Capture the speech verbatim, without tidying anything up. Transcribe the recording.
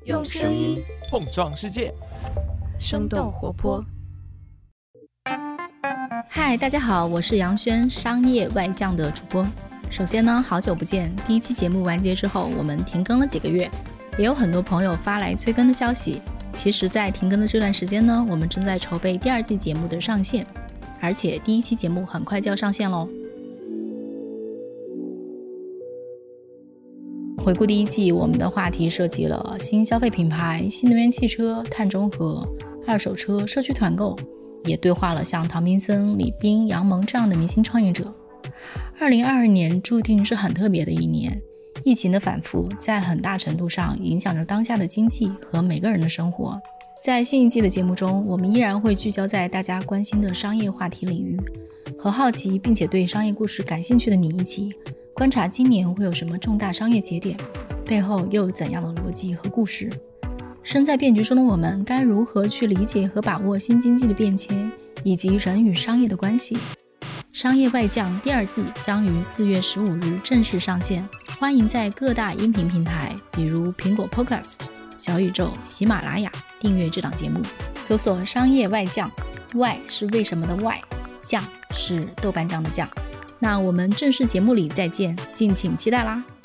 用声音碰撞世界， 生动活泼。 嗨，大家好，我是杨轩，商业外将的主播。首先呢，好久不见，第一期节目完结之后，我们停更了几个月，也有很多朋友发来催更的消息。其实在停更的这段时间呢，我们正在筹备第二季节目的上线，而且第一期节目很快就要上线咯。回顾第一季，我们的话题涉及了新消费品牌、新能源汽车、碳中和、二手车、社区团购，也对话了像唐宾森、李斌、杨蒙这样的明星创业者。二零二二年注定是很特别的一年，疫情的反复在很大程度上影响着当下的经济和每个人的生活。在新一季的节目中，我们依然会聚焦在大家关心的商业话题领域，和好奇并且对商业故事感兴趣的你一起观察今年会有什么重大商业节点，背后又有怎样的逻辑和故事。身在变局中的我们该如何去理解和把握新经济的变迁，以及人与商业的关系。商业外将第二季将于四月十五日正式上线，欢迎在各大音频平台，比如苹果 Podcast、 小宇宙、喜马拉雅订阅这档节目，搜索商业外将，外是为什么的外，酱是豆瓣酱的酱。那我们正式节目里再见，敬请期待啦。